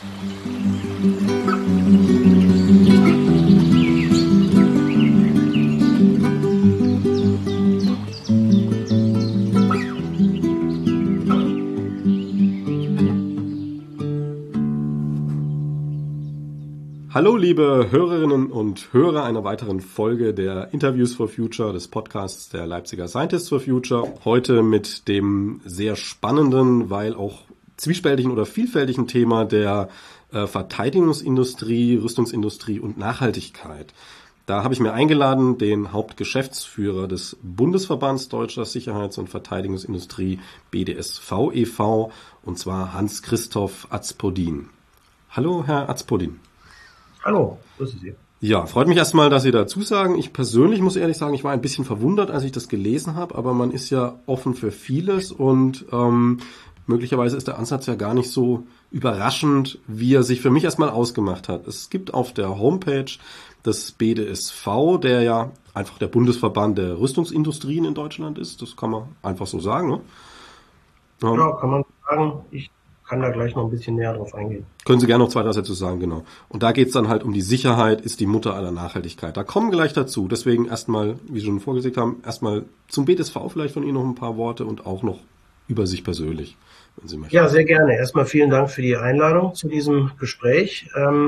Hallo liebe Hörerinnen und Hörer einer weiteren Folge der Interviews for Future, des Podcasts der Leipziger Scientists for Future. Heute mit dem sehr spannenden, weil auch zwiespältigen oder vielfältigen Thema der Verteidigungsindustrie, Rüstungsindustrie und Nachhaltigkeit. Da habe ich mir eingeladen den Hauptgeschäftsführer des Bundesverbands Deutscher Sicherheits- und Verteidigungsindustrie BDSV e.V., und zwar Hans-Christoph Atzpodin. Hallo Herr Atzpodin. Hallo, grüße Sie. Ja, freut mich erstmal, dass Sie dazu sagen. Ich persönlich muss ehrlich sagen, ich war ein bisschen verwundert, als ich das gelesen habe, aber man ist ja offen für vieles und möglicherweise ist der Ansatz ja gar nicht so überraschend, wie er sich für mich erstmal ausgemacht hat. Es gibt auf der Homepage des BDSV, der ja einfach der Bundesverband der Rüstungsindustrien in Deutschland ist, das kann man einfach so sagen, ne? Ja, kann man sagen. Ich kann da gleich noch ein bisschen näher drauf eingehen. Können Sie gerne noch 2-3 Sätze sagen, genau. Und da geht's dann halt um die Sicherheit, ist die Mutter aller Nachhaltigkeit. Da kommen wir gleich dazu. Deswegen erstmal, wie Sie schon vorgesehen haben, erstmal zum BDSV vielleicht von Ihnen noch ein paar Worte und auch noch über sich persönlich, wenn Sie möchten. Ja, sehr gerne. Erstmal vielen Dank für die Einladung zu diesem Gespräch.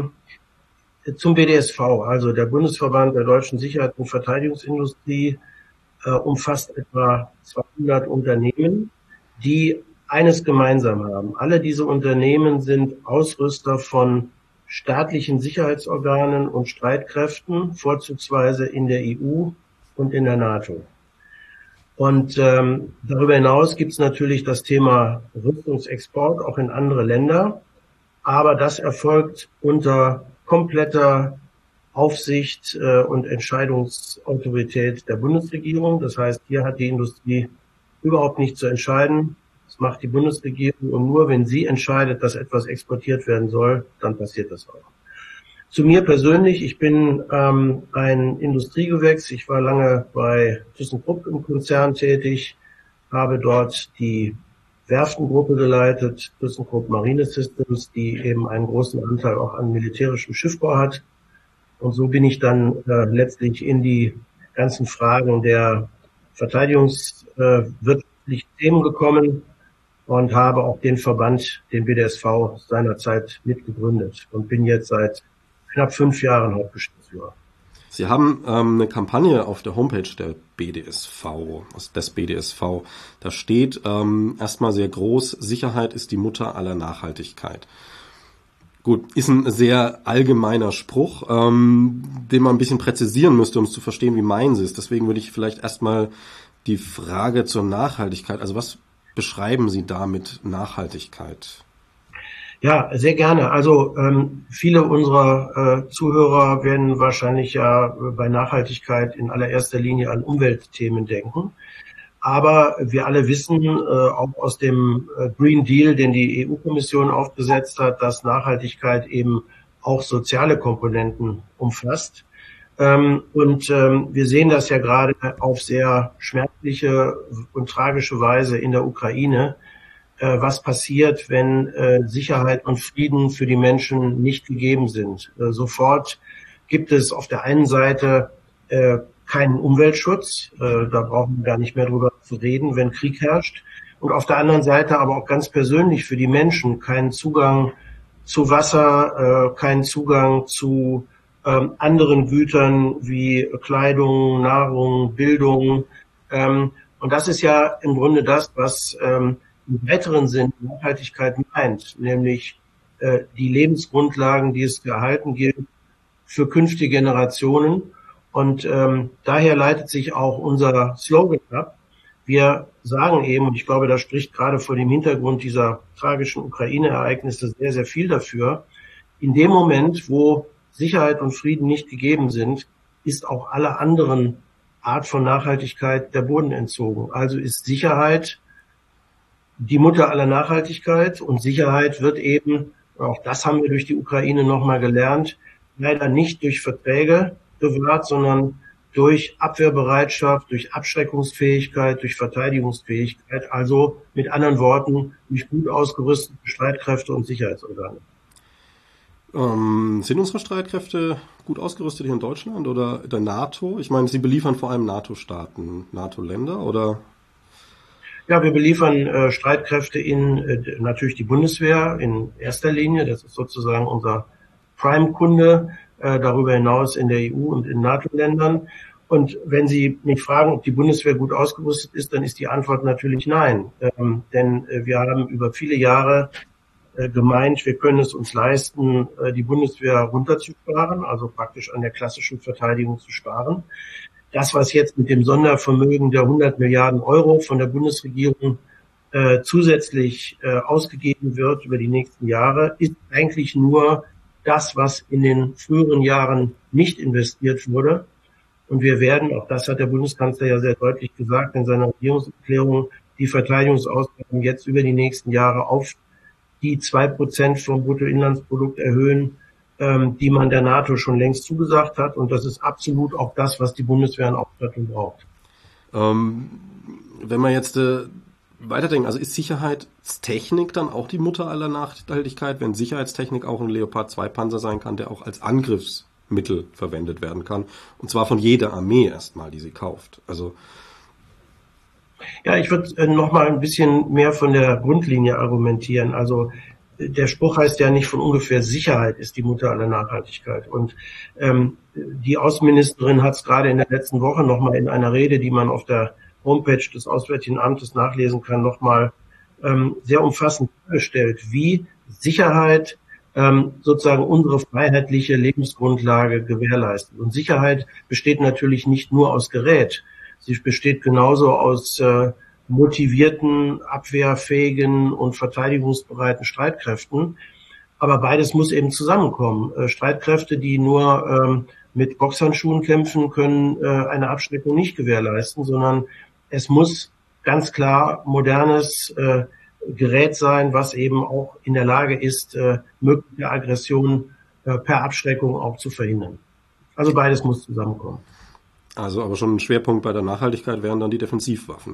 Zum BDSV, also der Bundesverband der deutschen Sicherheits- und Verteidigungsindustrie, umfasst etwa 200 Unternehmen, die eines gemeinsam haben. Alle diese Unternehmen sind Ausrüster von staatlichen Sicherheitsorganen und Streitkräften, vorzugsweise in der EU und in der NATO. Und darüber hinaus gibt es natürlich das Thema Rüstungsexport auch in andere Länder, aber das erfolgt unter kompletter Aufsicht und Entscheidungsautorität der Bundesregierung. Das heißt, hier hat die Industrie überhaupt nicht zu entscheiden. Das macht die Bundesregierung, und nur wenn sie entscheidet, dass etwas exportiert werden soll, dann passiert das auch. Zu mir persönlich, ich bin ein Industriegewächs. Ich war lange bei ThyssenKrupp im Konzern tätig, habe dort die Werftengruppe geleitet, ThyssenKrupp Marine Systems, die eben einen großen Anteil auch an militärischem Schiffbau hat. Und so bin ich dann letztlich in die ganzen Fragen der verteidigungswirtschaftlichen Themen gekommen und habe auch den Verband, den BDSV, seinerzeit mitgegründet und bin jetzt seit knapp 5 Jahren Hauptgeschäftsführer. Sie haben eine Kampagne auf der Homepage der BDSV, des BDSV. Da steht erstmal sehr groß: Sicherheit ist die Mutter aller Nachhaltigkeit. Gut, ist ein sehr allgemeiner Spruch, den man ein bisschen präzisieren müsste, um es zu verstehen, wie meinen Sie es. Deswegen würde ich vielleicht erstmal die Frage zur Nachhaltigkeit, also was beschreiben Sie da mit Nachhaltigkeit? Ja, sehr gerne. Also viele unserer Zuhörer werden wahrscheinlich ja bei Nachhaltigkeit in allererster Linie an Umweltthemen denken. Aber wir alle wissen auch aus dem Green Deal, den die EU-Kommission aufgesetzt hat, dass Nachhaltigkeit eben auch soziale Komponenten umfasst. Und wir sehen das ja gerade auf sehr schmerzliche und tragische Weise in der Ukraine, was passiert, wenn Sicherheit und Frieden für die Menschen nicht gegeben sind. Sofort gibt es auf der einen Seite keinen Umweltschutz, da brauchen wir gar nicht mehr drüber zu reden, wenn Krieg herrscht. Und auf der anderen Seite aber auch ganz persönlich für die Menschen keinen Zugang zu Wasser, keinen Zugang zu anderen Gütern wie Kleidung, Nahrung, Bildung. Und das ist ja im Grunde das, was im weiteren Sinn Nachhaltigkeit meint, nämlich die Lebensgrundlagen, die es zu erhalten gilt für künftige Generationen. Und daher leitet sich auch unser Slogan ab. Wir sagen eben, und ich glaube, das spricht gerade vor dem Hintergrund dieser tragischen Ukraine-Ereignisse sehr, sehr viel dafür, in dem Moment, wo Sicherheit und Frieden nicht gegeben sind, ist auch alle anderen Art von Nachhaltigkeit der Boden entzogen. Also ist Sicherheit die Mutter aller Nachhaltigkeit, und Sicherheit wird eben, auch das haben wir durch die Ukraine nochmal gelernt, leider nicht durch Verträge bewahrt, sondern durch Abwehrbereitschaft, durch Abschreckungsfähigkeit, durch Verteidigungsfähigkeit, also mit anderen Worten durch gut ausgerüstete Streitkräfte und Sicherheitsorgane. Sind unsere Streitkräfte gut ausgerüstet hier in Deutschland oder der NATO? Ich meine, sie beliefern vor allem NATO-Staaten, NATO-Länder oder? Ja, wir beliefern Streitkräfte in natürlich die Bundeswehr in erster Linie. Das ist sozusagen unser Prime-Kunde, darüber hinaus in der EU und in NATO-Ländern. Und wenn Sie mich fragen, ob die Bundeswehr gut ausgerüstet ist, dann ist die Antwort natürlich nein. Denn wir haben über viele Jahre gemeint, wir können es uns leisten, die Bundeswehr runterzusparen, also praktisch an der klassischen Verteidigung zu sparen. Das, was jetzt mit dem Sondervermögen der 100 Milliarden Euro von der Bundesregierung zusätzlich ausgegeben wird über die nächsten Jahre, ist eigentlich nur das, was in den früheren Jahren nicht investiert wurde. Und wir werden, auch das hat der Bundeskanzler ja sehr deutlich gesagt in seiner Regierungserklärung, die Verteidigungsausgaben jetzt über die nächsten Jahre auf die 2% vom Bruttoinlandsprodukt erhöhen, die man der NATO schon längst zugesagt hat. Und das ist absolut auch das, was die Bundeswehr an Ausstattung braucht. Wenn wir jetzt weiterdenken, also ist Sicherheitstechnik dann auch die Mutter aller Nachhaltigkeit, wenn Sicherheitstechnik auch ein Leopard 2 Panzer sein kann, der auch als Angriffsmittel verwendet werden kann. Und zwar von jeder Armee erstmal, die sie kauft. Also ja, ich würde noch mal ein bisschen mehr von der Grundlinie argumentieren. Also der Spruch heißt ja nicht von ungefähr, Sicherheit ist die Mutter aller Nachhaltigkeit. Und die Außenministerin hat es gerade in der letzten Woche noch mal in einer Rede, die man auf der Homepage des Auswärtigen Amtes nachlesen kann, noch mal sehr umfassend dargestellt, wie Sicherheit sozusagen unsere freiheitliche Lebensgrundlage gewährleistet. Und Sicherheit besteht natürlich nicht nur aus Gerät. Sie besteht genauso aus motivierten, abwehrfähigen und verteidigungsbereiten Streitkräften. Aber beides muss eben zusammenkommen. Streitkräfte, die nur mit Boxhandschuhen kämpfen, können eine Abschreckung nicht gewährleisten, sondern es muss ganz klar modernes Gerät sein, was eben auch in der Lage ist, mögliche Aggressionen per Abschreckung auch zu verhindern. Also beides muss zusammenkommen. Also aber schon ein Schwerpunkt bei der Nachhaltigkeit wären dann die Defensivwaffen.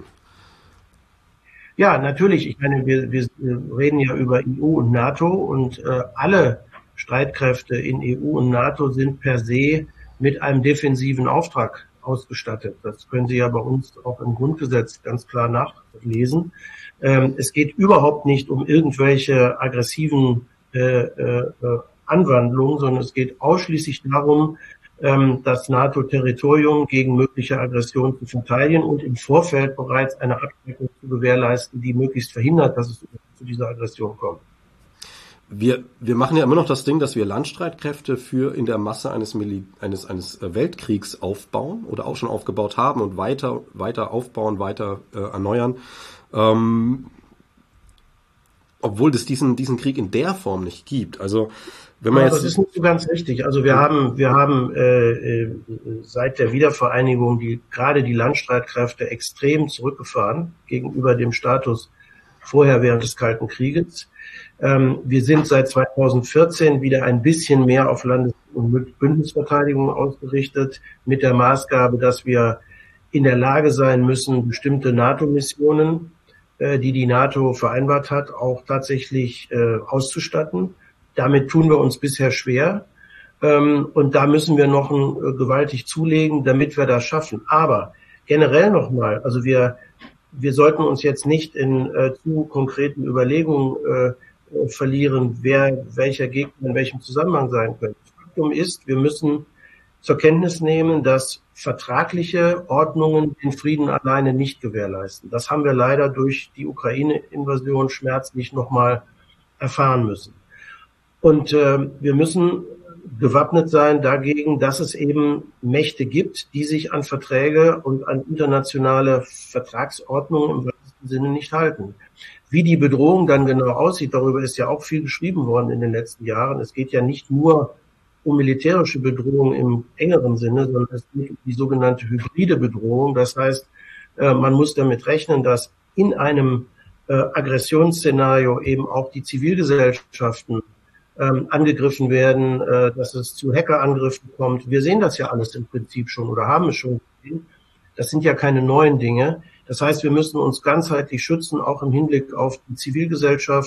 Ja, natürlich. Ich meine, wir reden ja über EU und NATO und alle Streitkräfte in EU und NATO sind per se mit einem defensiven Auftrag ausgestattet. Das können Sie ja bei uns auch im Grundgesetz ganz klar nachlesen. Es geht überhaupt nicht um irgendwelche aggressiven Anwandlungen, sondern es geht ausschließlich darum, das NATO-Territorium gegen mögliche Aggression zu verteidigen und im Vorfeld bereits eine Abschreckung zu gewährleisten, die möglichst verhindert, dass es zu dieser Aggression kommt. Wir machen ja immer noch das Ding, dass wir Landstreitkräfte für in der Masse eines Weltkriegs aufbauen oder auch schon aufgebaut haben und weiter aufbauen, weiter erneuern. Obwohl es diesen Krieg in der Form nicht gibt. Also wenn man das ist nicht so ganz richtig. Also wir haben seit der Wiedervereinigung gerade die Landstreitkräfte extrem zurückgefahren gegenüber dem Status vorher während des Kalten Krieges. Wir sind seit 2014 wieder ein bisschen mehr auf Landes- und Bündnisverteidigung ausgerichtet, mit der Maßgabe, dass wir in der Lage sein müssen, bestimmte NATO-Missionen, die NATO vereinbart hat, auch tatsächlich auszustatten. Damit tun wir uns bisher schwer. Und da müssen wir noch gewaltig zulegen, damit wir das schaffen. Aber generell nochmal, also wir sollten uns jetzt nicht in zu konkreten Überlegungen verlieren, welcher Gegner in welchem Zusammenhang sein könnte. Faktum ist, wir müssen zur Kenntnis nehmen, dass vertragliche Ordnungen den Frieden alleine nicht gewährleisten. Das haben wir leider durch die Ukraine-Invasion schmerzlich nochmal erfahren müssen. Und wir müssen gewappnet sein dagegen, dass es eben Mächte gibt, die sich an Verträge und an internationale Vertragsordnungen im weitesten Sinne nicht halten. Wie die Bedrohung dann genau aussieht, darüber ist ja auch viel geschrieben worden in den letzten Jahren. Es geht ja nicht nur um militärische Bedrohung im engeren Sinne, sondern es geht um die sogenannte hybride Bedrohung. Das heißt, man muss damit rechnen, dass in einem Aggressionsszenario eben auch die Zivilgesellschaften angegriffen werden, dass es zu Hackerangriffen kommt. Wir sehen das ja alles im Prinzip schon oder haben es schon gesehen. Das sind ja keine neuen Dinge. Das heißt, wir müssen uns ganzheitlich schützen, auch im Hinblick auf die Zivilgesellschaft.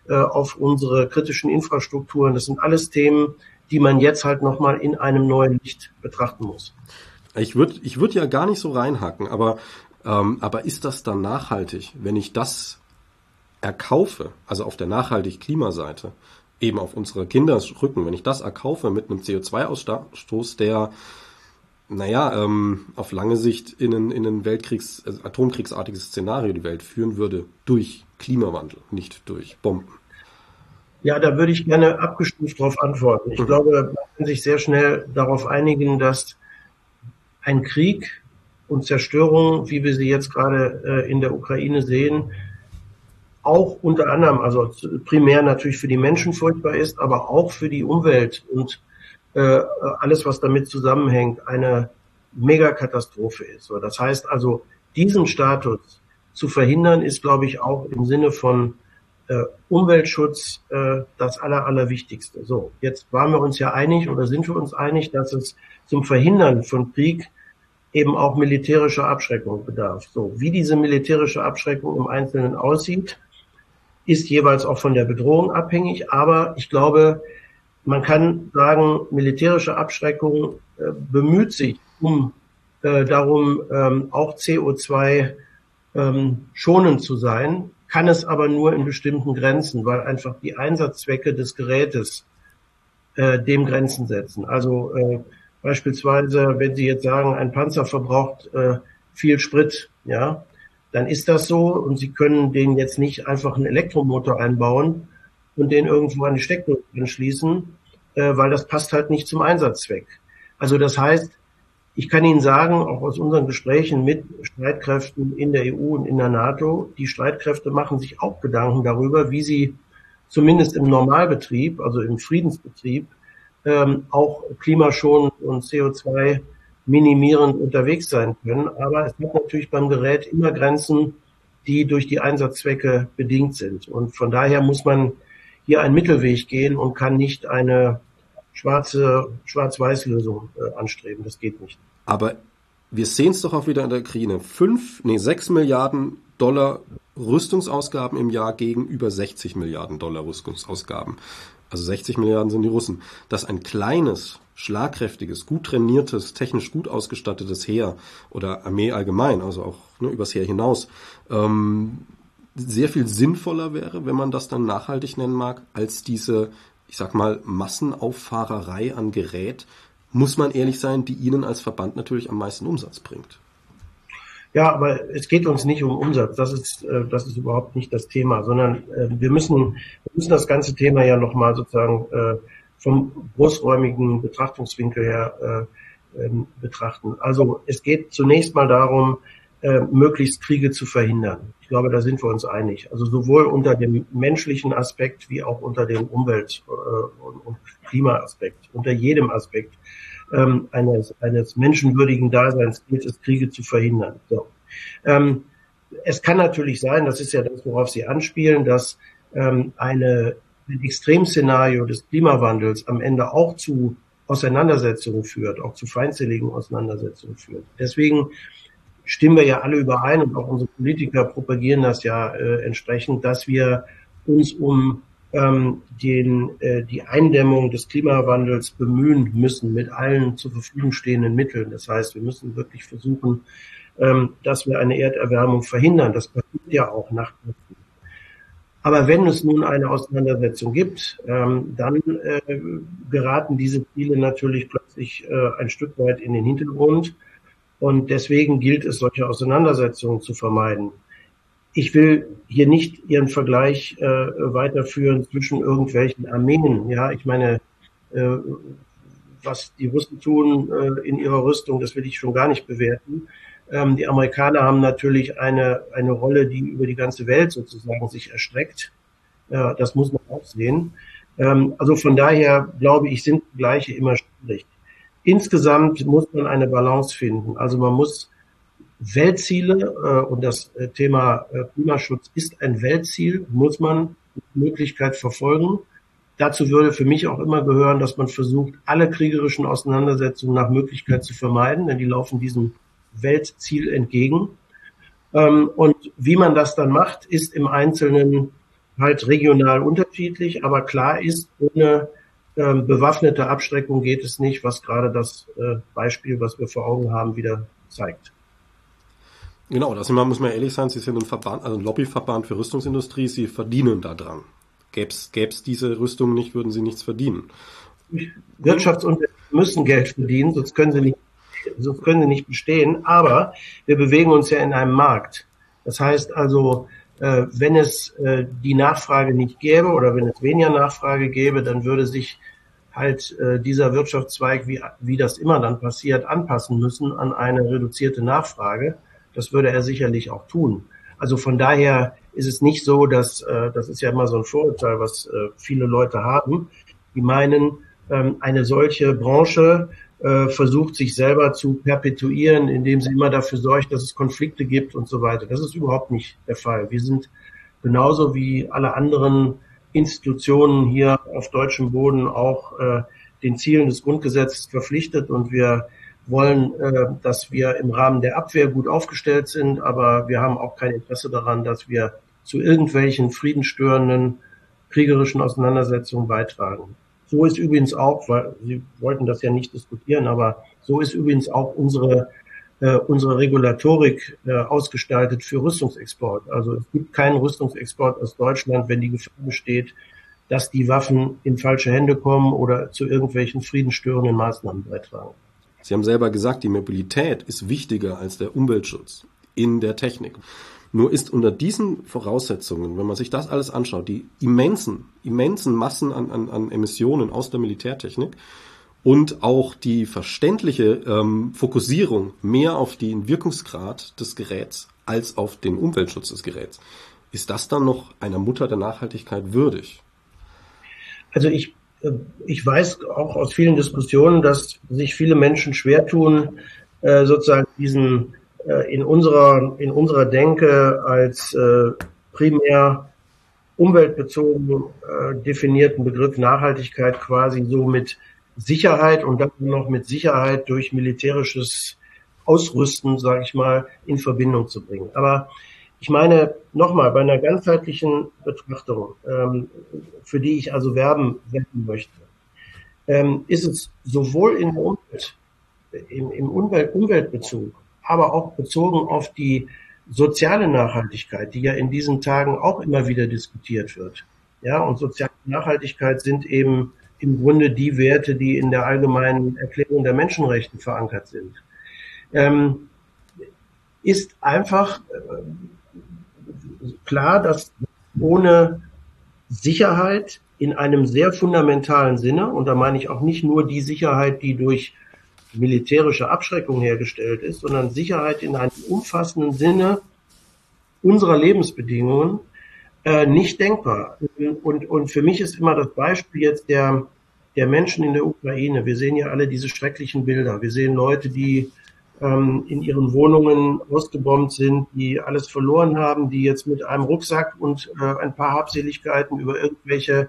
auf unsere kritischen Infrastrukturen. Das sind alles Themen, die man jetzt halt nochmal in einem neuen Licht betrachten muss. Ich würd ja gar nicht so reinhacken, aber ist das dann nachhaltig, wenn ich das erkaufe, also auf der Nachhaltig-Klimaseite, eben auf unsere Kinders Rücken, wenn ich das erkaufe mit einem CO2-Ausstoß, der, auf lange Sicht in ein Atomkriegsartiges Szenario die Welt führen würde, durch Klimawandel, nicht durch Bomben. Ja, da würde ich gerne abgestuft darauf antworten. Ich glaube, man kann sich sehr schnell darauf einigen, dass ein Krieg und Zerstörung, wie wir sie jetzt gerade in der Ukraine sehen, auch unter anderem, also primär natürlich für die Menschen furchtbar ist, aber auch für die Umwelt und alles, was damit zusammenhängt, eine Megakatastrophe ist. So, das heißt also, diesen Status zu verhindern, ist, glaube ich, auch im Sinne von Umweltschutz das Allerwichtigste. So, jetzt waren wir uns ja einig oder sind wir uns einig, dass es zum Verhindern von Krieg eben auch militärischer Abschreckung bedarf. So, wie diese militärische Abschreckung im Einzelnen aussieht, ist jeweils auch von der Bedrohung abhängig. Aber ich glaube, man kann sagen, militärische Abschreckung bemüht sich darum, auch CO2 schonend zu sein, kann es aber nur in bestimmten Grenzen, weil einfach die Einsatzzwecke des Gerätes dem Grenzen setzen. Also beispielsweise, wenn Sie jetzt sagen, ein Panzer verbraucht viel Sprit, ja, dann ist das so und Sie können den jetzt nicht einfach einen Elektromotor einbauen und den irgendwo an die Steckdose anschließen, weil das passt halt nicht zum Einsatzzweck. Also das heißt, ich kann Ihnen sagen, auch aus unseren Gesprächen mit Streitkräften in der EU und in der NATO, die Streitkräfte machen sich auch Gedanken darüber, wie sie zumindest im Normalbetrieb, also im Friedensbetrieb, auch klimaschonend und CO2 minimierend unterwegs sein können. Aber es gibt natürlich beim Gerät immer Grenzen, die durch die Einsatzzwecke bedingt sind. Und von daher muss man hier einen Mittelweg gehen und kann nicht eine Schwarz-Weiß-Lösung anstreben. Das geht nicht. Aber wir sehen es doch auch wieder in der Ukraine. 6 Milliarden Dollar Rüstungsausgaben im Jahr gegenüber 60 Milliarden Dollar Rüstungsausgaben. Also 60 Milliarden sind die Russen. Dass ein kleines, schlagkräftiges, gut trainiertes, technisch gut ausgestattetes Heer oder Armee allgemein, also auch übers Heer hinaus, sehr viel sinnvoller wäre, wenn man das dann nachhaltig nennen mag, als diese, ich sag mal, Massenauffahrerei an Gerät, muss man ehrlich sein, die Ihnen als Verband natürlich am meisten Umsatz bringt. Ja, aber es geht uns nicht um Umsatz. Das ist überhaupt nicht das Thema, sondern wir müssen das ganze Thema ja nochmal sozusagen vom großräumigen Betrachtungswinkel her betrachten. Also es geht zunächst mal darum, möglichst Kriege zu verhindern. Ich glaube, da sind wir uns einig. Also sowohl unter dem menschlichen Aspekt wie auch unter dem Umwelt- und Klimaaspekt, unter jedem Aspekt eines menschenwürdigen Daseins gilt es, Kriege zu verhindern. So. Es kann natürlich sein, das ist ja das, worauf Sie anspielen, dass ein Extremszenario des Klimawandels am Ende auch zu Auseinandersetzungen führt, auch zu feindseligen Auseinandersetzungen führt. Deswegen stimmen wir ja alle überein und auch unsere Politiker propagieren das ja entsprechend, dass wir uns um die Eindämmung des Klimawandels bemühen müssen mit allen zur Verfügung stehenden Mitteln. Das heißt, wir müssen wirklich versuchen, dass wir eine Erderwärmung verhindern. Das passiert ja auch nach Kräften. Aber wenn es nun eine Auseinandersetzung gibt, dann geraten diese Ziele natürlich plötzlich ein Stück weit in den Hintergrund. Und deswegen gilt es, solche Auseinandersetzungen zu vermeiden. Ich will hier nicht Ihren Vergleich weiterführen zwischen irgendwelchen Armeen. Ja, ich meine, was die Russen tun in ihrer Rüstung, das will ich schon gar nicht bewerten. Die Amerikaner haben natürlich eine Rolle, die über die ganze Welt sozusagen sich erstreckt. Das muss man auch sehen. Also von daher glaube ich, sind Vergleiche immer schwierig. Insgesamt muss man eine Balance finden. Also man muss Weltziele, und das Thema Klimaschutz ist ein Weltziel, muss man die Möglichkeit verfolgen. Dazu würde für mich auch immer gehören, dass man versucht, alle kriegerischen Auseinandersetzungen nach Möglichkeit zu vermeiden, denn die laufen diesem Weltziel entgegen. Und wie man das dann macht, ist im Einzelnen halt regional unterschiedlich, aber klar ist, ohne bewaffnete Abschreckung geht es nicht, was gerade das Beispiel, was wir vor Augen haben, wieder zeigt. Genau, das muss man ehrlich sein, Sie sind ein Verband, also ein Lobbyverband für Rüstungsindustrie, Sie verdienen da dran. Gäb's diese Rüstung nicht, würden Sie nichts verdienen. Wirtschaftsunternehmen müssen Geld verdienen, sonst können sie nicht bestehen, aber wir bewegen uns ja in einem Markt. Das heißt also, wenn es die Nachfrage nicht gäbe oder wenn es weniger Nachfrage gäbe, dann würde sich halt dieser Wirtschaftszweig, wie das immer dann passiert, anpassen müssen an eine reduzierte Nachfrage. Das würde er sicherlich auch tun. Also von daher ist es nicht so, dass das ist ja immer so ein Vorurteil, was viele Leute haben, die meinen, eine solche Branche versucht sich selber zu perpetuieren, indem sie immer dafür sorgt, dass es Konflikte gibt und so weiter. Das ist überhaupt nicht der Fall. Wir sind genauso wie alle anderen Institutionen hier auf deutschem Boden auch den Zielen des Grundgesetzes verpflichtet und wir wollen, dass wir im Rahmen der Abwehr gut aufgestellt sind, aber wir haben auch kein Interesse daran, dass wir zu irgendwelchen friedenstörenden kriegerischen Auseinandersetzungen beitragen. So ist übrigens auch, weil Sie wollten das ja nicht diskutieren, aber so ist übrigens auch unsere Regulatorik ausgestaltet für Rüstungsexport. Also es gibt keinen Rüstungsexport aus Deutschland, wenn die Gefahr besteht, dass die Waffen in falsche Hände kommen oder zu irgendwelchen friedenstörenden Maßnahmen beitragen. Sie haben selber gesagt, die Mobilität ist wichtiger als der Umweltschutz in der Technik. Nur ist unter diesen Voraussetzungen, wenn man sich das alles anschaut, die immensen Massen an Emissionen aus der Militärtechnik und auch die verständliche Fokussierung mehr auf den Wirkungsgrad des Geräts als auf den Umweltschutz des Geräts, ist das dann noch einer Mutter der Nachhaltigkeit würdig? Also ich weiß auch aus vielen Diskussionen, dass sich viele Menschen schwer tun, sozusagen diesen in unserer Denke als primär umweltbezogen definierten Begriff Nachhaltigkeit quasi so mit Sicherheit und dann noch mit Sicherheit durch militärisches Ausrüsten, sage ich mal, in Verbindung zu bringen. Aber ich meine, nochmal, bei einer ganzheitlichen Betrachtung, für die ich also werben möchte, ist es sowohl in der Umwelt, im Umweltbezug, aber auch bezogen auf die soziale Nachhaltigkeit, die ja in diesen Tagen auch immer wieder diskutiert wird. Ja, und soziale Nachhaltigkeit sind eben im Grunde die Werte, die in der allgemeinen Erklärung der Menschenrechte verankert sind. Ist einfach klar, dass ohne Sicherheit in einem sehr fundamentalen Sinne, und da meine ich auch nicht nur die Sicherheit, die durch militärische Abschreckung hergestellt ist, sondern Sicherheit in einem umfassenden Sinne unserer Lebensbedingungen nicht denkbar. Und für mich ist immer das Beispiel jetzt der Menschen in der Ukraine. Wir sehen ja alle diese schrecklichen Bilder. Wir sehen Leute, die in ihren Wohnungen ausgebombt sind, die alles verloren haben, die jetzt mit einem Rucksack und ein paar Habseligkeiten über irgendwelche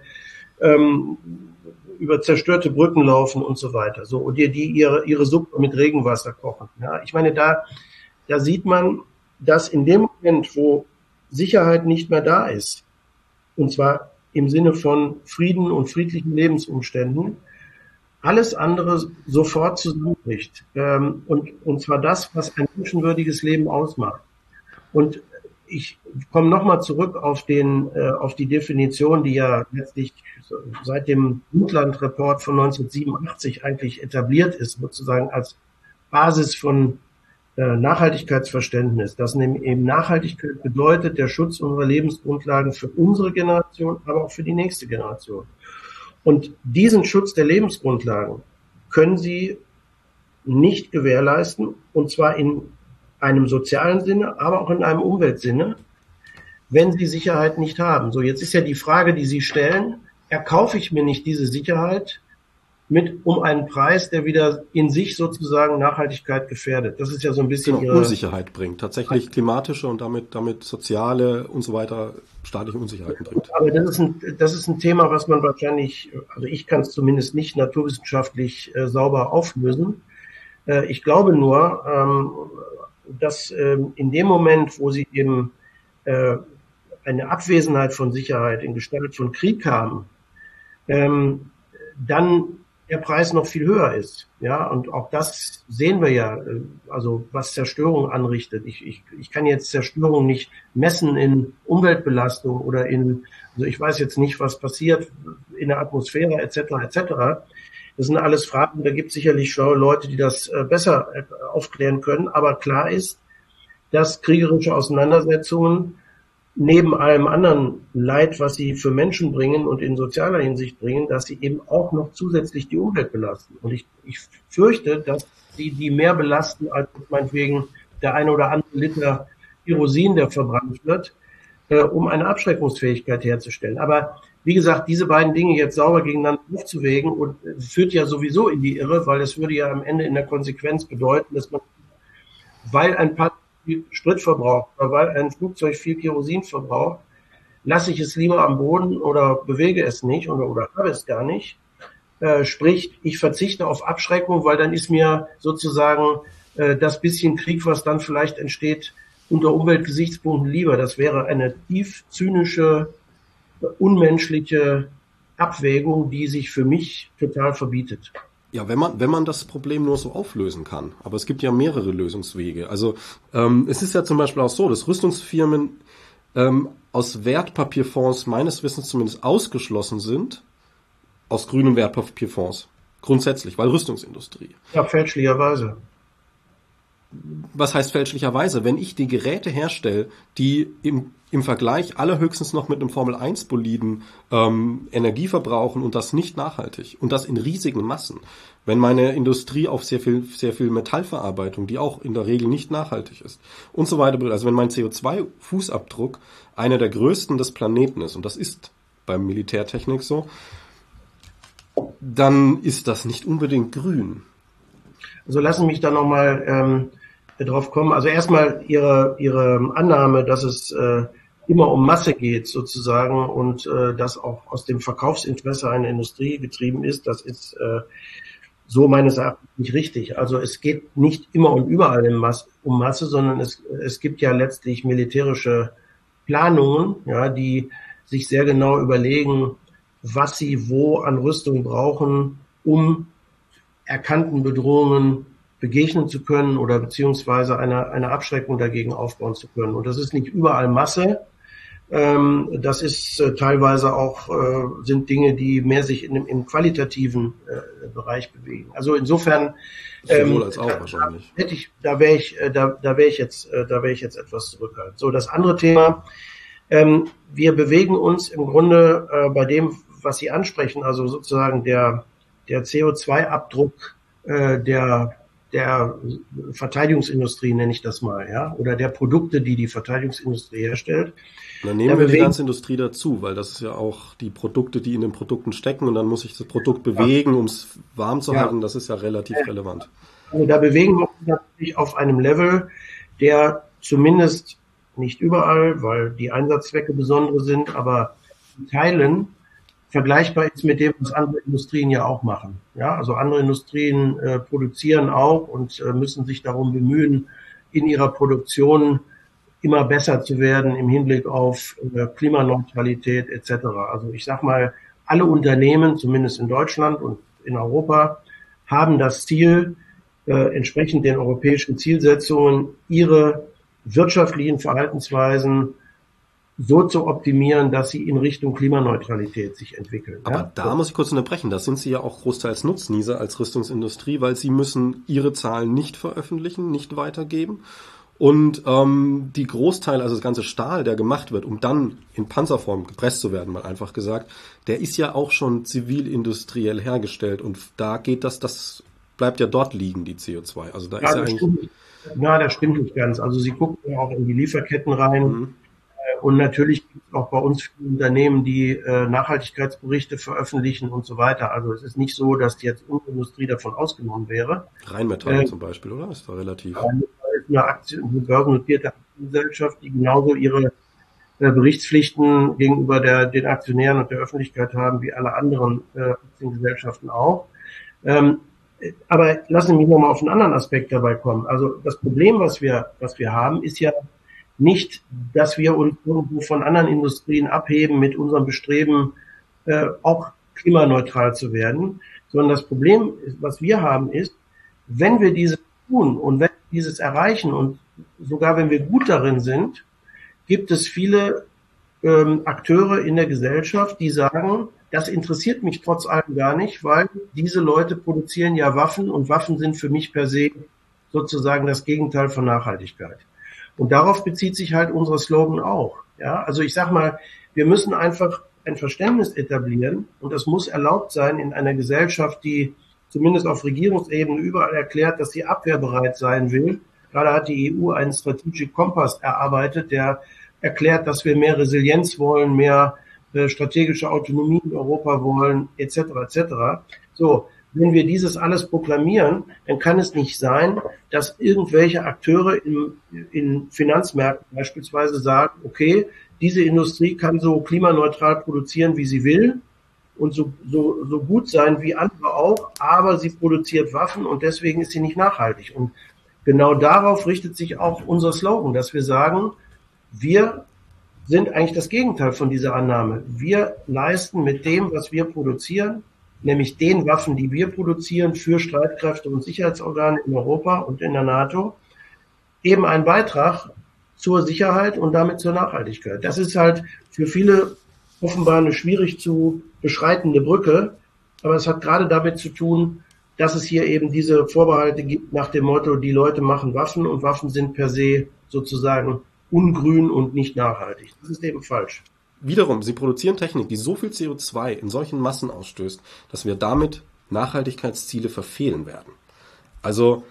über zerstörte Brücken laufen und so weiter. So, und die ihre Suppe mit Regenwasser kochen. Ja, ich meine, da sieht man, dass in dem Moment, wo Sicherheit nicht mehr da ist, und zwar im Sinne von Frieden und friedlichen Lebensumständen, alles andere sofort zusammenbricht. Und zwar das, was ein menschenwürdiges Leben ausmacht. Und ich komme nochmal zurück auf die Definition, die ja letztlich seit dem Brundtland-Report von 1987 eigentlich etabliert ist, sozusagen als Basis von Nachhaltigkeitsverständnis. Dass eben Nachhaltigkeit bedeutet der Schutz unserer Lebensgrundlagen für unsere Generation, aber auch für die nächste Generation. Und diesen Schutz der Lebensgrundlagen können Sie nicht gewährleisten, und zwar in einem sozialen Sinne, aber auch in einem Umweltsinne, wenn Sie Sicherheit nicht haben. So, jetzt ist ja die Frage, die Sie stellen, erkaufe ich mir nicht diese Sicherheit um einen Preis, der wieder in sich sozusagen Nachhaltigkeit gefährdet. Das ist ja so ein bisschen Unsicherheit bringt, tatsächlich klimatische und damit soziale und so weiter staatliche Unsicherheiten bringt. Aber das ist ein Thema, was man wahrscheinlich, also ich kann es zumindest nicht naturwissenschaftlich sauber auflösen. Ich glaube nur, dass in dem Moment, wo Sie eben eine Abwesenheit von Sicherheit in Gestalt von Krieg haben, dann der Preis noch viel höher ist. Ja, und auch das sehen wir ja, also was Zerstörung anrichtet. Ich kann jetzt Zerstörung nicht messen in Umweltbelastung oder also ich weiß jetzt nicht, was passiert in der Atmosphäre etc. etc. Das sind alles Fragen, da gibt es sicherlich schlaue Leute, die das besser aufklären können. Aber klar ist, dass kriegerische Auseinandersetzungen neben allem anderen Leid, was sie für Menschen bringen und in sozialer Hinsicht bringen, dass sie eben auch noch zusätzlich die Umwelt belasten. Und ich fürchte, dass sie die mehr belasten als meinetwegen der eine oder andere Liter Kerosin, der verbrannt wird, um eine Abschreckungsfähigkeit herzustellen. Aber wie gesagt, diese beiden Dinge jetzt sauber gegeneinander aufzuwägen und führt ja sowieso in die Irre, weil es würde ja am Ende in der Konsequenz bedeuten, dass man, weil ein paar viel Sprit verbraucht, oder weil ein Flugzeug viel Kerosin verbraucht, lasse ich es lieber am Boden oder bewege es nicht oder habe es gar nicht. Sprich, ich verzichte auf Abschreckung, weil dann ist mir sozusagen das bisschen Krieg, was dann vielleicht entsteht, unter Umweltgesichtspunkten lieber. Das wäre eine tief zynische, unmenschliche Abwägung, die sich für mich total verbietet. Ja, wenn man das Problem nur so auflösen kann. Aber es gibt ja mehrere Lösungswege. Also es ist ja zum Beispiel auch so, dass Rüstungsfirmen aus Wertpapierfonds meines Wissens zumindest ausgeschlossen sind, aus grünen Wertpapierfonds. Grundsätzlich, weil Rüstungsindustrie. Ja, fälschlicherweise. Was heißt fälschlicherweise? Wenn ich die Geräte herstelle, die im Vergleich allerhöchstens noch mit einem Formel-1-Boliden Energie verbrauchen und das nicht nachhaltig und das in riesigen Massen. Wenn meine Industrie auf sehr viel Metallverarbeitung, die auch in der Regel nicht nachhaltig ist und so weiter, also wenn mein CO2-Fußabdruck einer der größten des Planeten ist, und das ist beim Militärtechnik so, dann ist das nicht unbedingt grün. Also lassen mich da nochmal drauf kommen. Also erstmal Ihre Annahme, dass es immer um Masse geht sozusagen und das auch aus dem Verkaufsinteresse einer Industrie getrieben ist, das ist so meines Erachtens nicht richtig. Also es geht nicht immer und überall um Masse, sondern es gibt ja letztlich militärische Planungen, ja, die sich sehr genau überlegen, was sie wo an Rüstung brauchen, um erkannten Bedrohungen begegnen zu können oder beziehungsweise eine Abschreckung dagegen aufbauen zu können. Und das ist nicht überall Masse. Das ist teilweise auch, sind Dinge, die mehr sich im qualitativen Bereich bewegen. Also insofern, sowohl als auch wahrscheinlich. Da wäre ich jetzt etwas zurückhaltend. So, das andere Thema, wir bewegen uns im Grunde bei dem, was Sie ansprechen, also sozusagen der CO2-Abdruck der Verteidigungsindustrie, nenne ich das mal, ja, oder der Produkte, die Verteidigungsindustrie herstellt. Dann nehmen wir die ganze Industrie dazu, weil das ist ja auch die Produkte, die in den Produkten stecken und dann muss ich das Produkt bewegen, um es warm zu halten. Das ist ja relativ relevant. Also da bewegen wir uns natürlich auf einem Level, der zumindest nicht überall, weil die Einsatzzwecke besondere sind, aber in Teilen vergleichbar ist mit dem, was andere Industrien ja auch machen. Ja, also andere Industrien produzieren auch und müssen sich darum bemühen, in ihrer Produktion immer besser zu werden im Hinblick auf Klimaneutralität etc. Also ich sag mal, alle Unternehmen, zumindest in Deutschland und in Europa, haben das Ziel, entsprechend den europäischen Zielsetzungen, ihre wirtschaftlichen Verhaltensweisen so zu optimieren, dass sie in Richtung Klimaneutralität sich entwickeln. Aber da muss ich kurz unterbrechen. Da sind Sie ja auch großteils Nutznießer als Rüstungsindustrie, weil Sie müssen Ihre Zahlen nicht veröffentlichen, nicht weitergeben. Und die Großteil, also das ganze Stahl, der gemacht wird, um dann in Panzerform gepresst zu werden, mal einfach gesagt, der ist ja auch schon zivilindustriell hergestellt. Und da geht das bleibt ja dort liegen, die CO2. Also da ist ja eigentlich... das stimmt nicht ganz. Also Sie gucken ja auch in die Lieferketten rein. Mhm. Und natürlich gibt es auch bei uns viele Unternehmen, die Nachhaltigkeitsberichte veröffentlichen und so weiter. Also es ist nicht so, dass jetzt unsere Industrie davon ausgenommen wäre. Rheinmetall zum Beispiel, oder? Ist da relativ... Rheinmetall ist eine börsennotierte Aktiengesellschaft, die genauso ihre Berichtspflichten gegenüber den Aktionären und der Öffentlichkeit haben, wie alle anderen Aktiengesellschaften auch. Aber lassen Sie mich nochmal auf einen anderen Aspekt dabei kommen. Also das Problem, was wir haben, ist ja nicht, dass wir uns irgendwo von anderen Industrien abheben mit unserem Bestreben, auch klimaneutral zu werden, sondern das Problem, was wir haben, ist, wenn wir dieses tun und wenn wir dieses erreichen und sogar wenn wir gut darin sind, gibt es viele Akteure in der Gesellschaft, die sagen, das interessiert mich trotz allem gar nicht, weil diese Leute produzieren ja Waffen und Waffen sind für mich per se sozusagen das Gegenteil von Nachhaltigkeit. Und darauf bezieht sich halt unser Slogan auch. Ja, also ich sag mal, wir müssen einfach ein Verständnis etablieren und das muss erlaubt sein in einer Gesellschaft, die zumindest auf Regierungsebene überall erklärt, dass sie abwehrbereit sein will. Gerade hat die EU einen Strategic Compass erarbeitet, der erklärt, dass wir mehr Resilienz wollen, mehr strategische Autonomie in Europa wollen, etc. etc. So, wenn wir dieses alles proklamieren, dann kann es nicht sein, dass irgendwelche Akteure in Finanzmärkten beispielsweise sagen, okay, diese Industrie kann so klimaneutral produzieren, wie sie will und so gut sein wie andere auch, aber sie produziert Waffen und deswegen ist sie nicht nachhaltig. Und genau darauf richtet sich auch unser Slogan, dass wir sagen, wir sind eigentlich das Gegenteil von dieser Annahme. Wir leisten mit dem, was wir produzieren, nämlich den Waffen, die wir produzieren für Streitkräfte und Sicherheitsorgane in Europa und in der NATO, eben einen Beitrag zur Sicherheit und damit zur Nachhaltigkeit. Das ist halt für viele offenbar eine schwierig zu beschreitende Brücke, aber es hat gerade damit zu tun, dass es hier eben diese Vorbehalte gibt nach dem Motto, die Leute machen Waffen und Waffen sind per se sozusagen ungrün und nicht nachhaltig. Das ist eben falsch. Wiederum, sie produzieren Technik, die so viel CO2 in solchen Massen ausstößt, dass wir damit Nachhaltigkeitsziele verfehlen werden. Also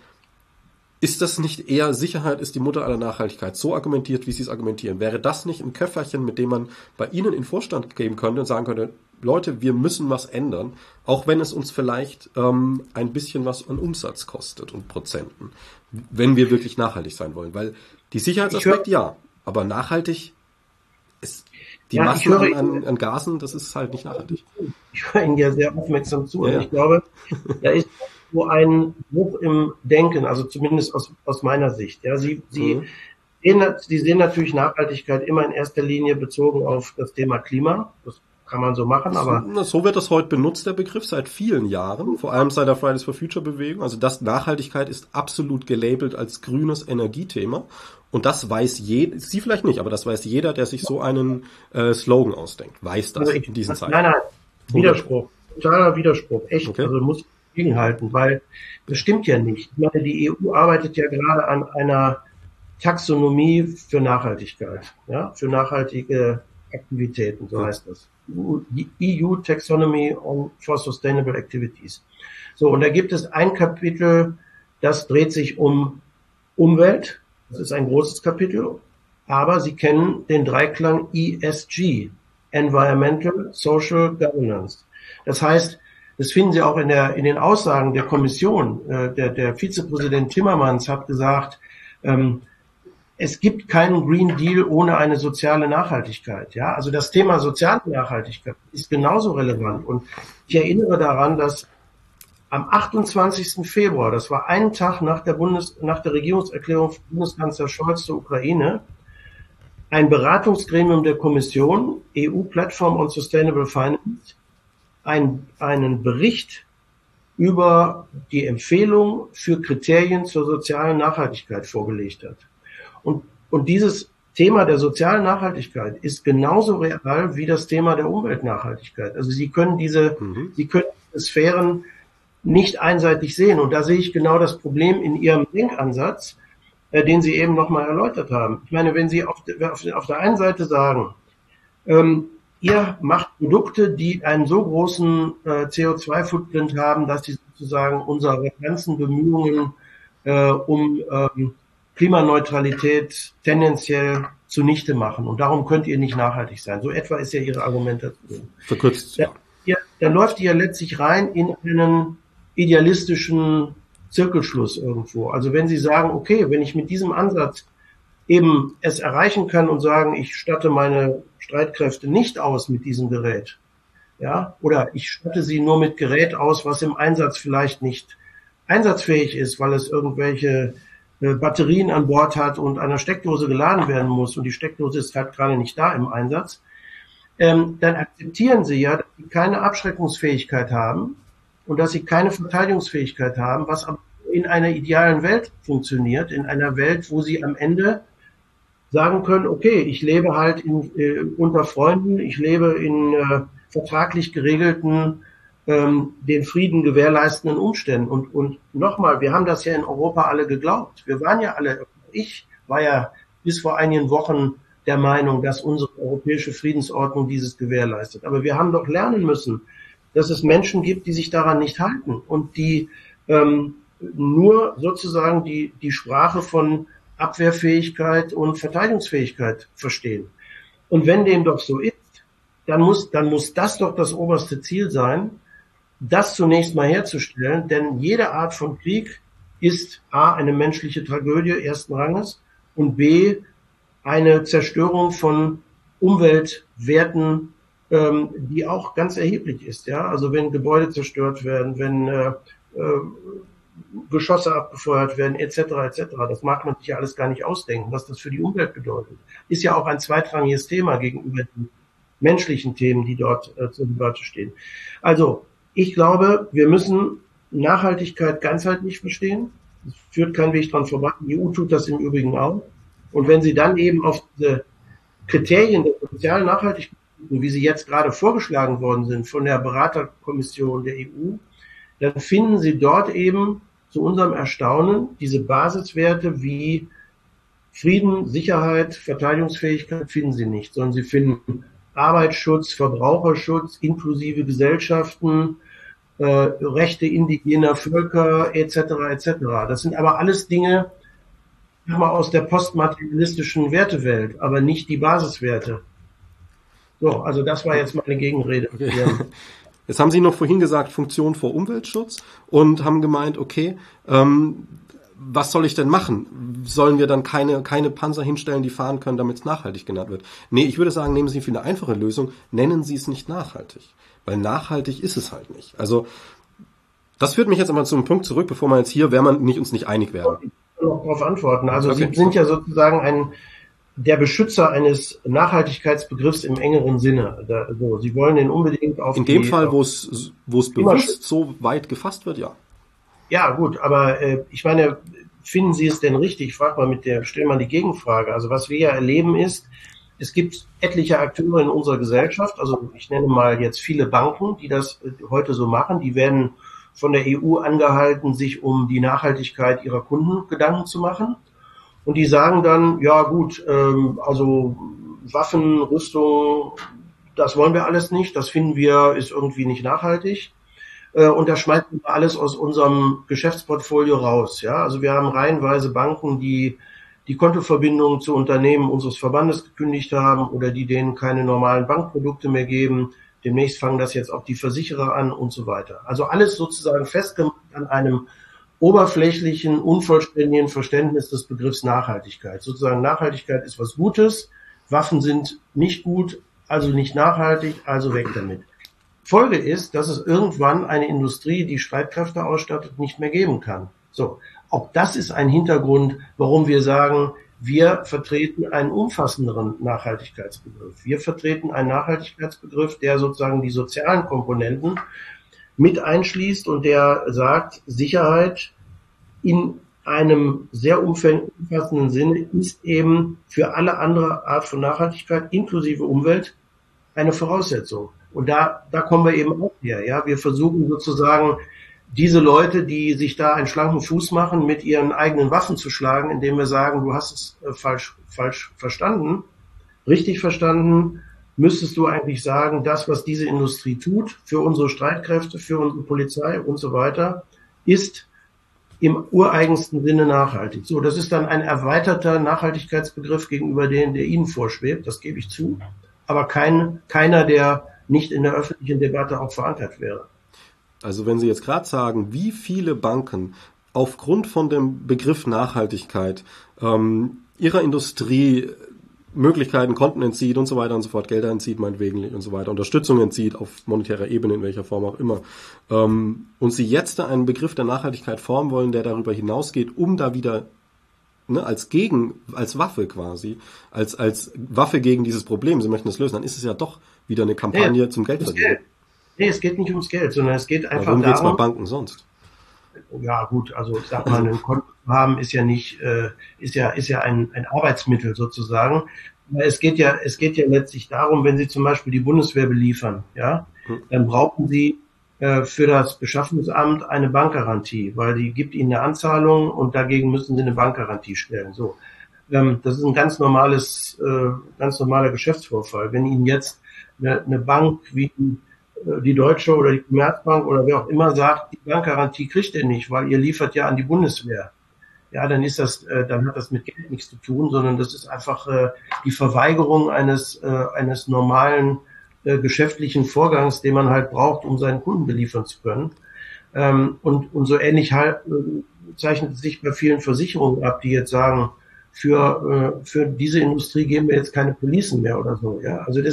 ist das nicht eher Sicherheit ist die Mutter aller Nachhaltigkeit, so argumentiert, wie Sie es argumentieren? Wäre das nicht ein Köfferchen, mit dem man bei Ihnen in den Vorstand geben könnte und sagen könnte, Leute, wir müssen was ändern, auch wenn es uns vielleicht ein bisschen was an Umsatz kostet und Prozenten, wenn wir wirklich nachhaltig sein wollen? Weil die Sicherheitsaspekt ja, aber nachhaltig ist die Masse an Gasen, das ist halt nicht nachhaltig. Ich höre Ihnen ja sehr aufmerksam zu und ich glaube, da ist so ein Bruch im Denken, also zumindest aus meiner Sicht. Ja, Sie sehen natürlich Nachhaltigkeit immer in erster Linie bezogen auf das Thema Klima. Das kann man so machen, aber... So wird das heute benutzt, der Begriff, seit vielen Jahren, vor allem seit der Fridays for Future Bewegung. Also Nachhaltigkeit ist absolut gelabelt als grünes Energiethema. Und das weiß Sie vielleicht nicht, aber das weiß jeder, der sich so einen Slogan ausdenkt, weiß das in diesen Zeiten. Nein, Widerspruch, totaler Widerspruch, echt. Okay. Also muss ich gegenhalten, weil das stimmt ja nicht. Ich meine, die EU arbeitet ja gerade an einer Taxonomie für Nachhaltigkeit, ja, für nachhaltige Aktivitäten, so heißt das. EU Taxonomy for Sustainable Activities. So, und da gibt es ein Kapitel, das dreht sich um Umwelt. Das ist ein großes Kapitel, aber Sie kennen den Dreiklang ESG, Environmental, Social, Governance. Das heißt, das finden Sie auch in den Aussagen der Kommission. Der Vizepräsident Timmermans hat gesagt, es gibt keinen Green Deal ohne eine soziale Nachhaltigkeit. Ja, also das Thema soziale Nachhaltigkeit ist genauso relevant. Und ich erinnere daran, dass am 28. Februar, das war einen Tag nach der Regierungserklärung von Bundeskanzler Scholz zur Ukraine, ein Beratungsgremium der Kommission, EU Platform on Sustainable Finance, einen Bericht über die Empfehlung für Kriterien zur sozialen Nachhaltigkeit vorgelegt hat. Und dieses Thema der sozialen Nachhaltigkeit ist genauso real wie das Thema der Umweltnachhaltigkeit. Also Sie können diese Sphären nicht einseitig sehen. Und da sehe ich genau das Problem in Ihrem Denkansatz, den Sie eben nochmal erläutert haben. Ich meine, wenn Sie auf der einen Seite sagen, ihr macht Produkte, die einen so großen CO2-Footprint haben, dass sie sozusagen unsere ganzen Bemühungen um Klimaneutralität tendenziell zunichte machen. Und darum könnt ihr nicht nachhaltig sein. So etwa ist ja Ihre Argumentation. Verkürzt, ja. Dann läuft ihr letztlich rein in einen idealistischen Zirkelschluss irgendwo. Also wenn Sie sagen, okay, wenn ich mit diesem Ansatz eben es erreichen kann und sagen, ich statte meine Streitkräfte nicht aus mit diesem Gerät, ja, oder ich statte sie nur mit Gerät aus, was im Einsatz vielleicht nicht einsatzfähig ist, weil es irgendwelche Batterien an Bord hat und an der Steckdose geladen werden muss und die Steckdose ist halt gerade nicht da im Einsatz, dann akzeptieren sie ja, dass sie keine Abschreckungsfähigkeit haben und dass sie keine Verteidigungsfähigkeit haben, was aber in einer idealen Welt funktioniert, in einer Welt, wo sie am Ende sagen können, okay, ich lebe halt unter Freunden, ich lebe in vertraglich geregelten, den Frieden gewährleistenden Umständen. Und nochmal, wir haben das ja in Europa alle geglaubt. Wir waren ja alle, ich war ja bis vor einigen Wochen der Meinung, dass unsere europäische Friedensordnung dieses gewährleistet. Aber wir haben doch lernen müssen, dass es Menschen gibt, die sich daran nicht halten und die nur sozusagen die Sprache von Abwehrfähigkeit und Verteidigungsfähigkeit verstehen. Und wenn dem doch so ist, dann muss das doch das oberste Ziel sein, das zunächst mal herzustellen, denn jede Art von Krieg ist A, eine menschliche Tragödie ersten Ranges und B, eine Zerstörung von Umweltwerten, die auch ganz erheblich ist. Ja, also wenn Gebäude zerstört werden, wenn Geschosse abgefeuert werden, etc., etc. Das mag man sich ja alles gar nicht ausdenken, was das für die Umwelt bedeutet. Ist ja auch ein zweitrangiges Thema gegenüber den menschlichen Themen, die dort zur Debatte stehen. Also, ich glaube, wir müssen Nachhaltigkeit ganzheitlich verstehen. Es führt kein Weg dran vorbei. Die EU tut das im Übrigen auch. Und wenn Sie dann eben auf diese Kriterien der sozialen Nachhaltigkeit, wie sie jetzt gerade vorgeschlagen worden sind von der Beraterkommission der EU, dann finden Sie dort eben zu unserem Erstaunen diese Basiswerte wie Frieden, Sicherheit, Verteidigungsfähigkeit finden Sie nicht, sondern Sie finden Arbeitsschutz, Verbraucherschutz, inklusive Gesellschaften, Rechte indigener Völker etc. etc. Das sind aber alles Dinge aus der postmaterialistischen Wertewelt, aber nicht die Basiswerte. So, also das war jetzt meine Gegenrede. Okay. Ja. Jetzt haben Sie noch vorhin gesagt, Funktion vor Umweltschutz und haben gemeint, okay, was soll ich denn machen? Sollen wir dann keine Panzer hinstellen, die fahren können, damit es nachhaltig genannt wird? Nee, ich würde sagen, nehmen Sie für eine einfache Lösung, nennen Sie es nicht nachhaltig. Weil nachhaltig ist es halt nicht. Also, das führt mich jetzt einmal zu einem Punkt zurück, bevor wir jetzt hier, uns nicht einig werden. Ich kann noch darauf antworten. Also, okay. Sie sind ja sozusagen der Beschützer eines Nachhaltigkeitsbegriffs im engeren Sinne. Sie wollen den unbedingt auf in dem Fall, wo es bewusst so weit gefasst wird, ja. Ja, gut, aber ich meine, finden Sie es denn richtig? Stell mal die Gegenfrage. Also was wir ja erleben ist, es gibt etliche Akteure in unserer Gesellschaft, also ich nenne mal jetzt viele Banken, die das heute so machen, die werden von der EU angehalten, sich um die Nachhaltigkeit ihrer Kunden Gedanken zu machen. Und die sagen dann, ja gut, also Waffen, Rüstung, das wollen wir alles nicht, das finden wir, ist irgendwie nicht nachhaltig. Und da schmeißen wir alles aus unserem Geschäftsportfolio raus. Ja, also wir haben reihenweise Banken, die Kontoverbindungen zu Unternehmen unseres Verbandes gekündigt haben oder die denen keine normalen Bankprodukte mehr geben. Demnächst fangen das jetzt auch die Versicherer an und so weiter. Also alles sozusagen festgemacht an einem oberflächlichen, unvollständigen Verständnis des Begriffs Nachhaltigkeit. Sozusagen Nachhaltigkeit ist was Gutes, Waffen sind nicht gut, also nicht nachhaltig, also weg damit. Folge ist, dass es irgendwann eine Industrie, die Streitkräfte ausstattet, nicht mehr geben kann. So, auch das ist ein Hintergrund, warum wir sagen, wir vertreten einen umfassenderen Nachhaltigkeitsbegriff. Wir vertreten einen Nachhaltigkeitsbegriff, der sozusagen die sozialen Komponenten mit einschließt und der sagt, Sicherheit in einem sehr umfassenden Sinne ist eben für alle andere Art von Nachhaltigkeit, inklusive Umwelt, eine Voraussetzung. Und da kommen wir eben auch her. Ja, wir versuchen sozusagen, diese Leute, die sich da einen schlanken Fuß machen, mit ihren eigenen Waffen zu schlagen, indem wir sagen, du hast es falsch verstanden. Richtig verstanden müsstest du eigentlich sagen, das, was diese Industrie tut, für unsere Streitkräfte, für unsere Polizei und so weiter, ist im ureigensten Sinne nachhaltig. So, das ist dann ein erweiterter Nachhaltigkeitsbegriff gegenüber denen, der Ihnen vorschwebt, das gebe ich zu, aber keiner, der nicht in der öffentlichen Debatte auch verankert wäre. Also wenn Sie jetzt gerade sagen, wie viele Banken aufgrund von dem Begriff Nachhaltigkeit ihrer Industrie Möglichkeiten, Konten entzieht und so weiter und so fort, Gelder entzieht meinetwegen und so weiter, Unterstützung entzieht auf monetärer Ebene, in welcher Form auch immer, und Sie jetzt einen Begriff der Nachhaltigkeit formen wollen, der darüber hinausgeht, um da wieder ne, als Waffe quasi, als Waffe gegen dieses Problem, sie möchten das lösen, dann ist es ja doch wieder eine Kampagne zum Geldverdienen. Nee, es geht nicht ums Geld, sondern es geht einfach darum. Warum geht's bei darum, Banken sonst? ja gut, also ich sag mal, ein Konto haben ist ja nicht, ist ja ein Arbeitsmittel sozusagen. Es geht ja letztlich darum, wenn Sie zum Beispiel die Bundeswehr beliefern, ja, dann brauchen Sie für das Beschaffungsamt eine Bankgarantie, weil die gibt Ihnen eine Anzahlung und dagegen müssen Sie eine Bankgarantie stellen. So, das ist ein ganz normaler Geschäftsvorfall. Wenn Ihnen jetzt eine Bank wie die Deutsche oder die Commerzbank oder wer auch immer sagt, die Bankgarantie kriegt ihr nicht, weil ihr liefert ja an die Bundeswehr. Ja, dann hat das mit Geld nichts zu tun, sondern das ist einfach die Verweigerung eines normalen geschäftlichen Vorgangs, den man halt braucht, um seinen Kunden beliefern zu können. Und so ähnlich halt zeichnet es sich bei vielen Versicherungen ab, die jetzt sagen, für diese Industrie geben wir jetzt keine Policen mehr oder so. Ja, also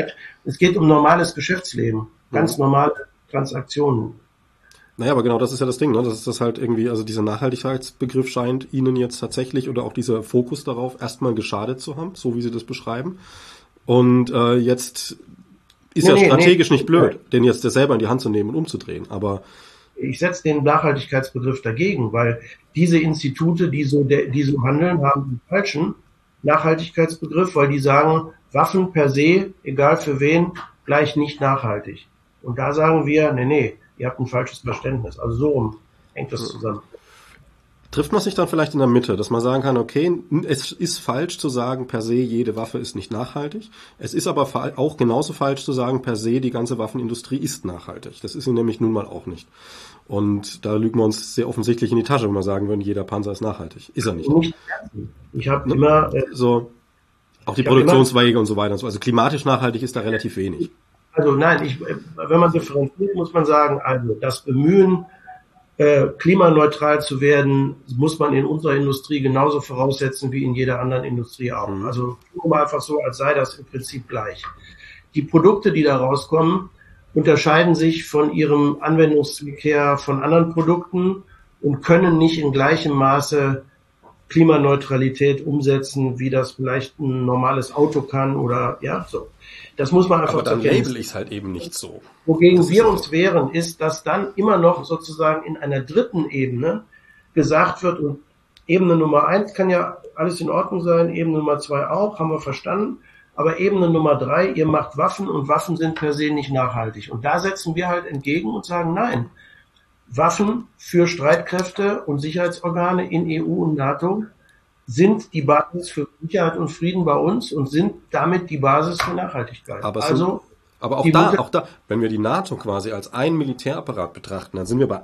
es geht um normales Geschäftsleben, ganz normale Transaktionen. Naja, aber genau das ist ja das Ding, ne? Das ist das halt irgendwie, also dieser Nachhaltigkeitsbegriff scheint Ihnen jetzt tatsächlich oder auch dieser Fokus darauf erstmal geschadet zu haben, so wie Sie das beschreiben. Und jetzt ist strategisch nicht blöd, den jetzt selber in die Hand zu nehmen und umzudrehen, aber ich setze den Nachhaltigkeitsbegriff dagegen, weil diese Institute, die so handeln, haben den falschen Nachhaltigkeitsbegriff, weil die sagen, Waffen per se, egal für wen, gleich nicht nachhaltig. Und da sagen wir, nee, ihr habt ein falsches Verständnis. Also so rum hängt das zusammen. Trifft man sich dann vielleicht in der Mitte, dass man sagen kann, okay, es ist falsch zu sagen, per se jede Waffe ist nicht nachhaltig. Es ist aber auch genauso falsch zu sagen, per se die ganze Waffenindustrie ist nachhaltig. Das ist sie nämlich nun mal auch nicht. Und da lügen wir uns sehr offensichtlich in die Tasche, wenn wir sagen würden, jeder Panzer ist nachhaltig. Ist er nicht. Ich habe immer so auch die Produktionswege und so weiter. Also klimatisch nachhaltig ist da relativ wenig. Also nein, wenn man differenziert, muss man sagen, also das Bemühen, klimaneutral zu werden, muss man in unserer Industrie genauso voraussetzen wie in jeder anderen Industrie auch. Also tun wir einfach so, als sei das im Prinzip gleich. Die Produkte, die da rauskommen, unterscheiden sich von ihrem Anwendungszweck her von anderen Produkten und können nicht in gleichem Maße Klimaneutralität umsetzen, wie das vielleicht ein normales Auto kann oder ja, so. Das muss man einfach aber dann label ich es halt eben nicht so. Wogegen wir uns wehren, ist, dass dann immer noch sozusagen in einer dritten Ebene gesagt wird, und Ebene Nummer 1 kann ja alles in Ordnung sein, Ebene Nummer 2 auch, haben wir verstanden, aber Ebene Nummer 3, ihr macht Waffen und Waffen sind per se nicht nachhaltig. Und da setzen wir halt entgegen und sagen, nein, Waffen für Streitkräfte und Sicherheitsorgane in EU und NATO sind die Basis für Sicherheit und Frieden bei uns und sind damit die Basis für Nachhaltigkeit. Aber auch da, wenn wir die NATO quasi als ein Militärapparat betrachten, dann sind wir bei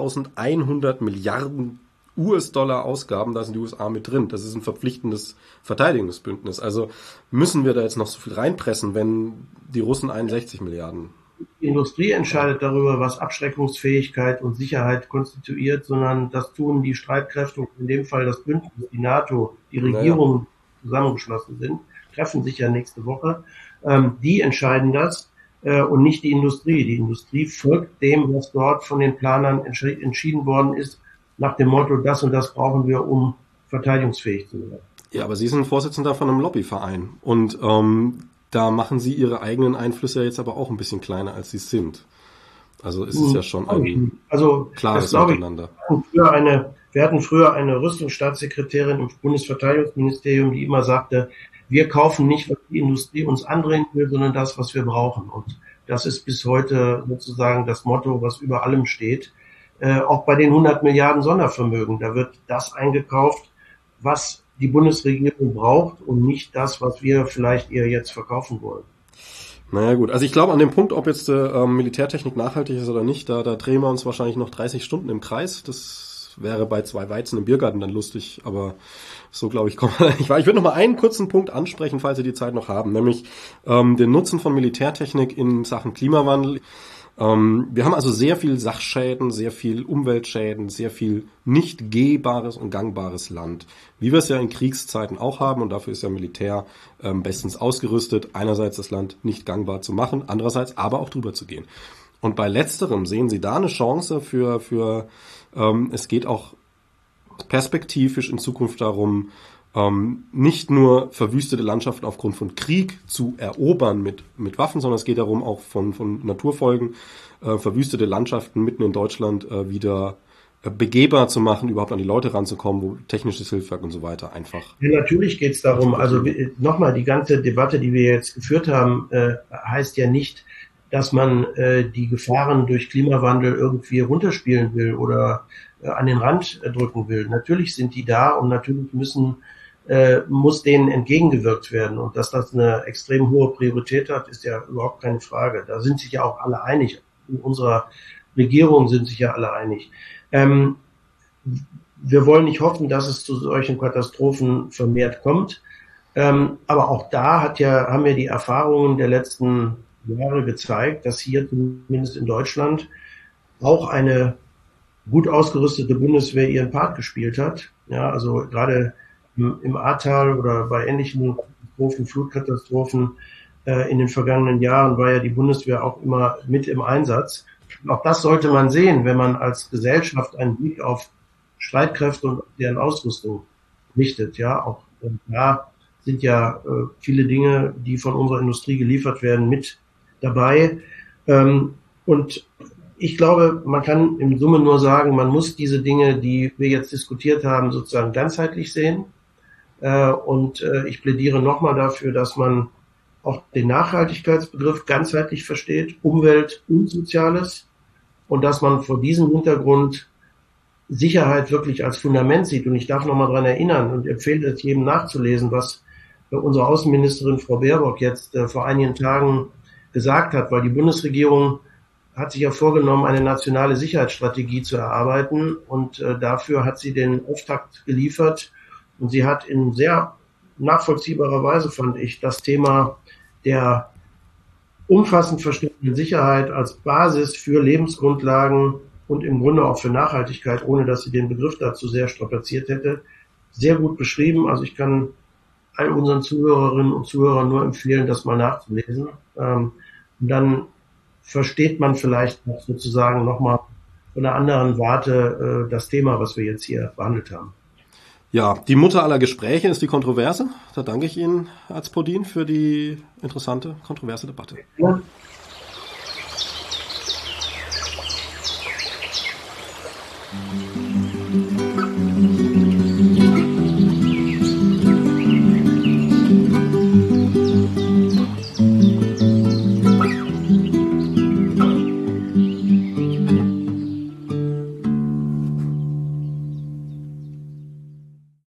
1100 Milliarden US-Dollar Ausgaben, da sind die USA mit drin. Das ist ein verpflichtendes Verteidigungsbündnis. Also müssen wir da jetzt noch so viel reinpressen, wenn die Russen 61 Milliarden. Die Industrie entscheidet darüber, was Abschreckungsfähigkeit und Sicherheit konstituiert, sondern das tun die Streitkräfte, und in dem Fall das Bündnis, die NATO, die Regierungen zusammengeschlossen sind, treffen sich ja nächste Woche. Die entscheiden das und nicht die Industrie. Die Industrie folgt dem, was dort von den Planern entschieden worden ist, nach dem Motto, das und das brauchen wir, um verteidigungsfähig zu werden. Ja, aber Sie sind Vorsitzender von einem Lobbyverein und da machen Sie Ihre eigenen Einflüsse jetzt aber auch ein bisschen kleiner, als sie sind. Also es ist ja schon ein klares Miteinander. Wir hatten früher eine Rüstungsstaatssekretärin im Bundesverteidigungsministerium, die immer sagte, wir kaufen nicht, was die Industrie uns andrehen will, sondern das, was wir brauchen. Und das ist bis heute sozusagen das Motto, was über allem steht. Auch bei den 100 Milliarden Sondervermögen, da wird das eingekauft, was die Bundesregierung braucht und nicht das, was wir vielleicht ihr jetzt verkaufen wollen. Naja gut, also ich glaube an dem Punkt, ob jetzt Militärtechnik nachhaltig ist oder nicht, da drehen wir uns wahrscheinlich noch 30 Stunden im Kreis. Das wäre bei 2 Weizen im Biergarten dann lustig, aber so glaube ich kommen wir nicht weiter. Ich würde noch mal einen kurzen Punkt ansprechen, falls Sie die Zeit noch haben, nämlich den Nutzen von Militärtechnik in Sachen Klimawandel. Wir haben also sehr viel Sachschäden, sehr viel Umweltschäden, sehr viel nicht gehbares und gangbares Land. Wie wir es ja in Kriegszeiten auch haben, und dafür ist ja Militär bestens ausgerüstet, einerseits das Land nicht gangbar zu machen, andererseits aber auch drüber zu gehen. Und bei letzterem sehen Sie da eine Chance für es geht auch perspektivisch in Zukunft darum, nicht nur verwüstete Landschaften aufgrund von Krieg zu erobern mit Waffen, sondern es geht darum, auch von Naturfolgen verwüstete Landschaften mitten in Deutschland wieder begehbar zu machen, überhaupt an die Leute ranzukommen, wo technisches Hilfswerk und so weiter einfach. Ja, natürlich geht es darum, also nochmal, die ganze Debatte, die wir jetzt geführt haben, heißt ja nicht, dass man die Gefahren durch Klimawandel irgendwie runterspielen will oder an den Rand drücken will. Natürlich sind die da und natürlich muss denen entgegengewirkt werden. Und dass das eine extrem hohe Priorität hat, ist ja überhaupt keine Frage. Da sind sich ja auch alle einig. In unserer Regierung sind sich ja alle einig. Wir wollen nicht hoffen, dass es zu solchen Katastrophen vermehrt kommt. Aber auch da haben ja die Erfahrungen der letzten Jahre gezeigt, dass hier zumindest in Deutschland auch eine gut ausgerüstete Bundeswehr ihren Part gespielt hat. Ja, also gerade im Ahrtal oder bei ähnlichen Flutkatastrophen in den vergangenen Jahren war ja die Bundeswehr auch immer mit im Einsatz. Auch das sollte man sehen, wenn man als Gesellschaft einen Blick auf Streitkräfte und deren Ausrüstung richtet. Ja, auch da sind ja viele Dinge, die von unserer Industrie geliefert werden, mit dabei. Und ich glaube, man kann im Summe nur sagen, man muss diese Dinge, die wir jetzt diskutiert haben, sozusagen ganzheitlich sehen. Und ich plädiere nochmal dafür, dass man auch den Nachhaltigkeitsbegriff ganzheitlich versteht, Umwelt und Soziales, und dass man vor diesem Hintergrund Sicherheit wirklich als Fundament sieht. Und ich darf nochmal daran erinnern und empfehle es jedem nachzulesen, was unsere Außenministerin Frau Baerbock jetzt vor einigen Tagen gesagt hat, weil die Bundesregierung hat sich ja vorgenommen, eine nationale Sicherheitsstrategie zu erarbeiten, und dafür hat sie den Auftakt geliefert, und sie hat in sehr nachvollziehbarer Weise, fand ich, das Thema der umfassend verstandenen Sicherheit als Basis für Lebensgrundlagen und im Grunde auch für Nachhaltigkeit, ohne dass sie den Begriff dazu sehr strapaziert hätte, sehr gut beschrieben. Also ich kann all unseren Zuhörerinnen und Zuhörern nur empfehlen, das mal nachzulesen. Und dann versteht man vielleicht noch sozusagen nochmal von einer anderen Warte das Thema, was wir jetzt hier behandelt haben. Ja, die Mutter aller Gespräche ist die Kontroverse. Da danke ich Ihnen, Azpodin, für die interessante, kontroverse Debatte. Ja.